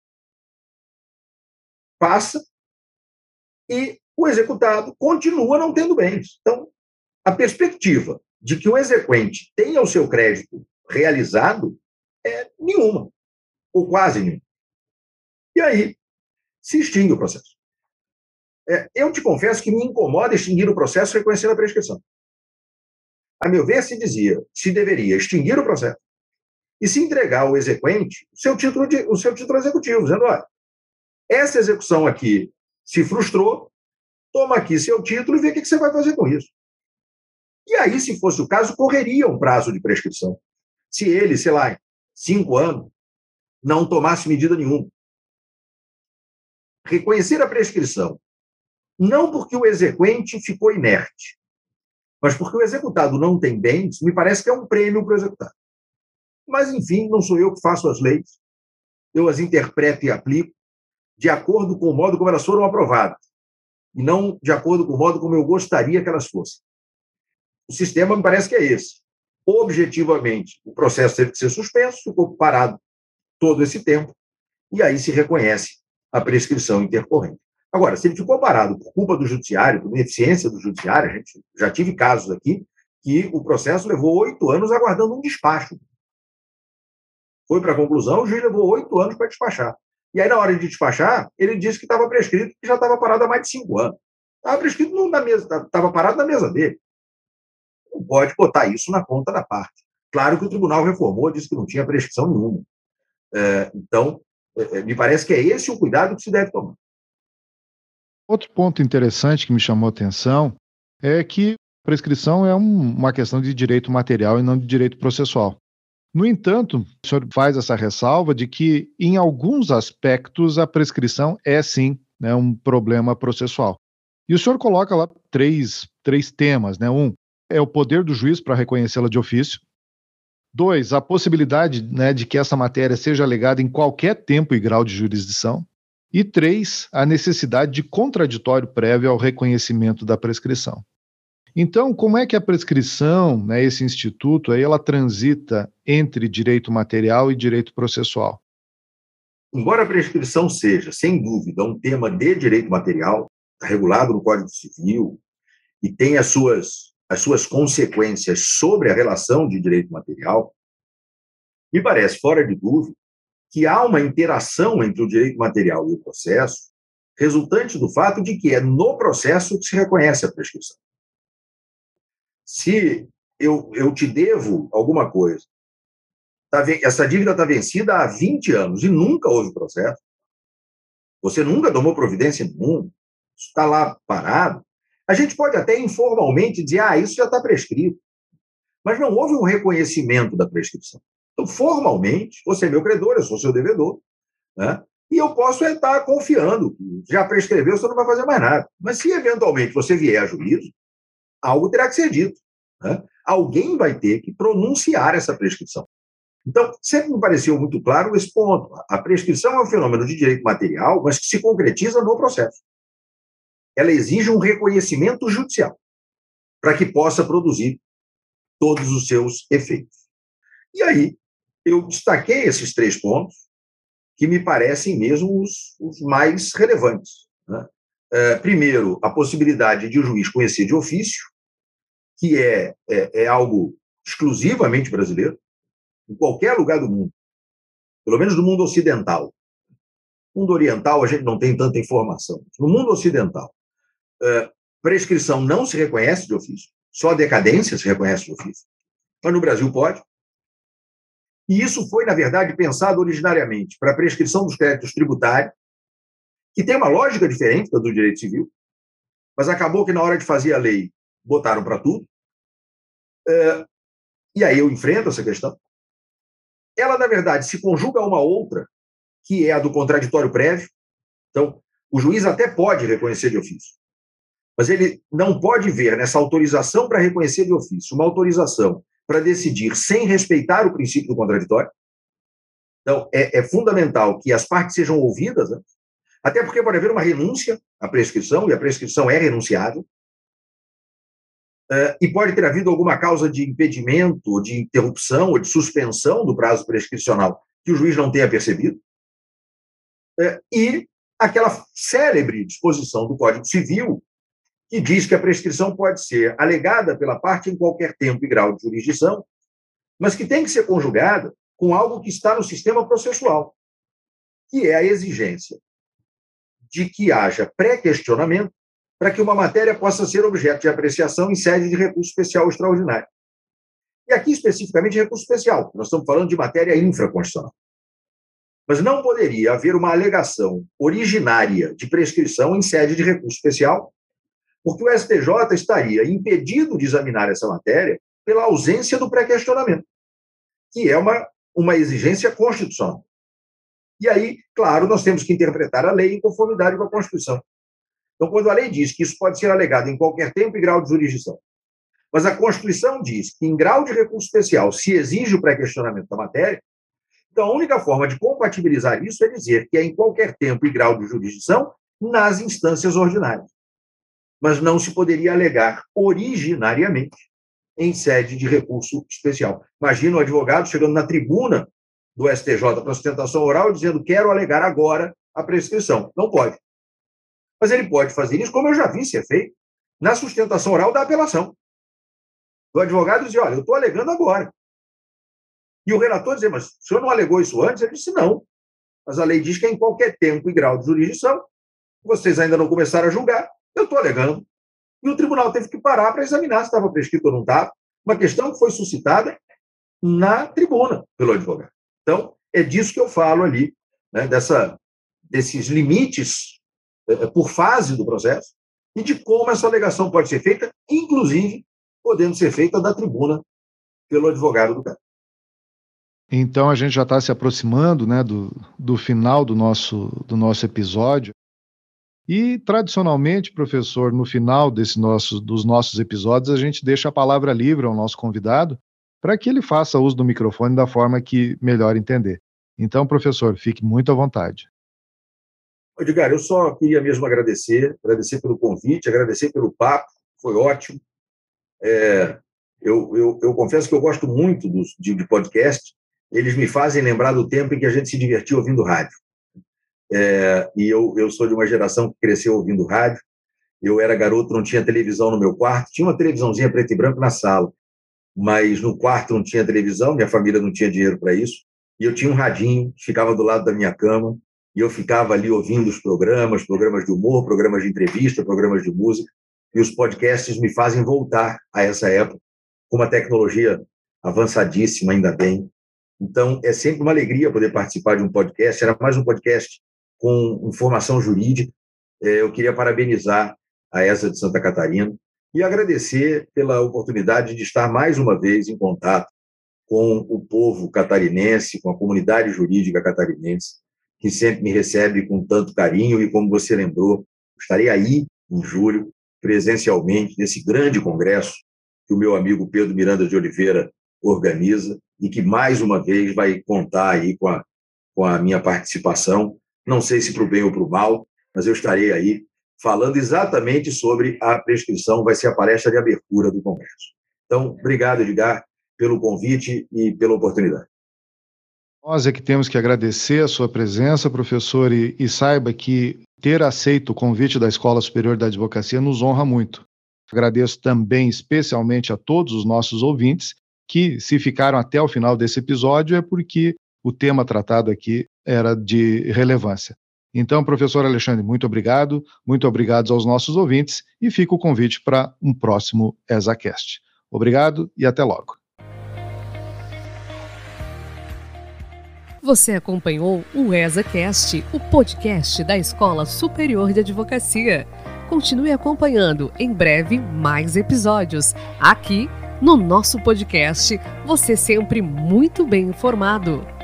passa e o executado continua não tendo bens. Então, a perspectiva de que o exequente tenha o seu crédito realizado é nenhuma, ou quase nenhuma. E aí se extingue o processo. É, eu te confesso que me incomoda extinguir o processo reconhecendo a prescrição. A meu ver, se dizia, se deveria extinguir o processo e se entregar ao exequente o seu título, de, o seu título executivo, dizendo, olha, essa execução aqui se frustrou, toma aqui seu título e vê o que você vai fazer com isso. E aí, se fosse o caso, correria um prazo de prescrição. Se ele, sei lá, cinco anos, não tomasse medida nenhuma. Reconhecer a prescrição, não porque o exequente ficou inerte, mas porque o executado não tem bens, me parece que é um prêmio para o executado. Mas, enfim, não sou eu que faço as leis, eu as interpreto e aplico de acordo com o modo como elas foram aprovadas, e não de acordo com o modo como eu gostaria que elas fossem. O sistema me parece que é esse. Objetivamente, o processo teve que ser suspenso, ficou parado todo esse tempo, e aí se reconhece a prescrição intercorrente. Agora, se ele ficou parado por culpa do judiciário, por ineficiência do judiciário, a gente já tive casos aqui que o processo levou oito anos aguardando um despacho. Foi para a conclusão, o juiz levou oito anos para despachar. E aí, na hora de despachar, ele disse que estava prescrito, que já estava parado há mais de cinco anos. Estava prescrito na mesa, estava parado na mesa dele. Não pode botar isso na conta da parte. Claro que o tribunal reformou, disse que não tinha prescrição nenhuma. É, então, é, me parece que é esse o cuidado que se deve tomar. Outro ponto interessante que me chamou a atenção é que prescrição é um, uma questão de direito material e não de direito processual. No entanto, o senhor faz essa ressalva de que, em alguns aspectos, a prescrição é, sim, né, um problema processual. E o senhor coloca lá três, três temas, né? Um é o poder do juiz para reconhecê-la de ofício. Dois, a possibilidade, né, de que essa matéria seja alegada em qualquer tempo e grau de jurisdição. E três, a necessidade de contraditório prévio ao reconhecimento da prescrição. Então, como é que a prescrição, né, esse instituto, aí, ela transita entre direito material e direito processual? Embora a prescrição seja, sem dúvida, um tema de direito material, regulado no Código Civil, e tem as suas, as suas consequências sobre a relação de direito material, me parece, fora de dúvida, que há uma interação entre o direito material e o processo, resultante do fato de que é no processo que se reconhece a prescrição. Se eu, eu te devo alguma coisa, tá, essa dívida está vencida há vinte anos e nunca houve processo, você nunca tomou providência nenhuma, está lá parado, a gente pode até informalmente dizer, ah, isso já está prescrito, mas não houve um reconhecimento da prescrição. Então, formalmente, você é meu credor, eu sou seu devedor, né? E eu posso estar confiando que já prescreveu, você não vai fazer mais nada. Mas se eventualmente você vier a juízo, algo terá que ser dito, né? Alguém vai ter que pronunciar essa prescrição. Então, sempre me pareceu muito claro esse ponto. A prescrição é um fenômeno de direito material, mas que se concretiza no processo. Ela exige um reconhecimento judicial para que possa produzir todos os seus efeitos. E aí, eu destaquei esses três pontos que me parecem mesmo os, os mais relevantes, né? É, primeiro, a possibilidade de o juiz conhecer de ofício, que é, é, é algo exclusivamente brasileiro, em qualquer lugar do mundo, pelo menos no mundo ocidental. No mundo oriental, a gente não tem tanta informação. No mundo ocidental, é, prescrição não se reconhece de ofício, só a decadência se reconhece de ofício. Mas no Brasil pode. E isso foi, na verdade, pensado originariamente para a prescrição dos créditos tributários, que tem uma lógica diferente da do direito civil, mas acabou que, na hora de fazer a lei, botaram para tudo. É, e aí eu enfrento essa questão. Ela, na verdade, se conjuga a uma outra, que é a do contraditório prévio. Então, o juiz até pode reconhecer de ofício, mas ele não pode ver nessa autorização para reconhecer de ofício uma autorização para decidir sem respeitar o princípio do contraditório. Então, é, é fundamental que as partes sejam ouvidas, né? Até porque pode haver uma renúncia à prescrição, e a prescrição é renunciável, uh, e pode ter havido alguma causa de impedimento, ou de interrupção, ou de suspensão do prazo prescricional que o juiz não tenha percebido, uh, e aquela célebre disposição do Código Civil que diz que a prescrição pode ser alegada pela parte em qualquer tempo e grau de jurisdição, mas que tem que ser conjugada com algo que está no sistema processual, que é a exigência de que haja pré-questionamento para que uma matéria possa ser objeto de apreciação em sede de recurso especial ou extraordinário. E aqui, especificamente, recurso especial. Nós estamos falando de matéria infraconstitucional. Mas não poderia haver uma alegação originária de prescrição em sede de recurso especial, Porque o S T J estaria impedido de examinar essa matéria pela ausência do pré-questionamento, que é uma, uma exigência constitucional. E aí, claro, nós temos que interpretar a lei em conformidade com a Constituição. Então, quando a lei diz que isso pode ser alegado em qualquer tempo e grau de jurisdição, mas a Constituição diz que em grau de recurso especial se exige o pré-questionamento da matéria, então a única forma de compatibilizar isso é dizer que é em qualquer tempo e grau de jurisdição nas instâncias ordinárias. Mas não se poderia alegar originariamente em sede de recurso especial. Imagina o advogado chegando na tribuna do S T J para sustentação oral dizendo quero alegar agora a prescrição. Não pode. Mas ele pode fazer isso, como eu já vi ser feito, na sustentação oral da apelação. O advogado dizia, olha, eu estou alegando agora. E o relator dizia, mas o senhor não alegou isso antes? Ele disse, não. Mas a lei diz que é em qualquer tempo e grau de jurisdição, vocês ainda não começaram a julgar, eu estou alegando. E o tribunal teve que parar para examinar se estava prescrito ou não estava. Uma questão que foi suscitada na tribuna pelo advogado. Então, é disso que eu falo ali, né, dessa, desses limites é, por fase do processo e de como essa alegação pode ser feita, inclusive podendo ser feita da tribuna pelo advogado do caso. Então, a gente já está se aproximando, né, do, do final do nosso, do nosso episódio. E, tradicionalmente, professor, no final desse nosso, dos nossos episódios, a gente deixa a palavra livre ao nosso convidado para que ele faça uso do microfone da forma que melhor entender. Então, professor, fique muito à vontade. Edgar, eu só queria mesmo agradecer, agradecer pelo convite, agradecer pelo papo, foi ótimo. É, eu, eu, eu confesso que eu gosto muito dos, de, de podcast, eles me fazem lembrar do tempo em que a gente se divertia ouvindo rádio. É, e eu, eu sou de uma geração que cresceu ouvindo rádio, eu era garoto, não tinha televisão no meu quarto, tinha uma televisãozinha preto e branco na sala, mas no quarto não tinha televisão, minha família não tinha dinheiro para isso, e eu tinha um radinho, ficava do lado da minha cama, e eu ficava ali ouvindo os programas, programas de humor, programas de entrevista, programas de música, e os podcasts me fazem voltar a essa época, com uma tecnologia avançadíssima, ainda bem. Então, é sempre uma alegria poder participar de um podcast, era mais um podcast com informação jurídica. Eu queria parabenizar a ESA de Santa Catarina e agradecer pela oportunidade de estar mais uma vez em contato com o povo catarinense, com a comunidade jurídica catarinense, que sempre me recebe com tanto carinho e, como você lembrou, estarei aí em julho, presencialmente, nesse grande congresso que o meu amigo Pedro Miranda de Oliveira organiza e que, mais uma vez, vai contar aí com a, com a minha participação, não sei se para o bem ou para o mal, mas eu estarei aí falando exatamente sobre a prescrição, vai ser a palestra de abertura do congresso. Então, obrigado, Edgar, pelo convite e pela oportunidade. Nós é que temos que agradecer a sua presença, professor, e, e saiba que ter aceito o convite da Escola Superior da Advocacia nos honra muito. Agradeço também especialmente a todos os nossos ouvintes que, se ficaram até o final desse episódio, é porque o tema tratado aqui era de relevância. Então, professor Alexandre, muito obrigado, muito obrigado aos nossos ouvintes e fica o convite para um próximo ESAcast. Obrigado e até logo. Você acompanhou o ESAcast, o podcast da Escola Superior de Advocacia. Continue acompanhando, em breve, mais episódios. Aqui, no nosso podcast, você sempre muito bem informado.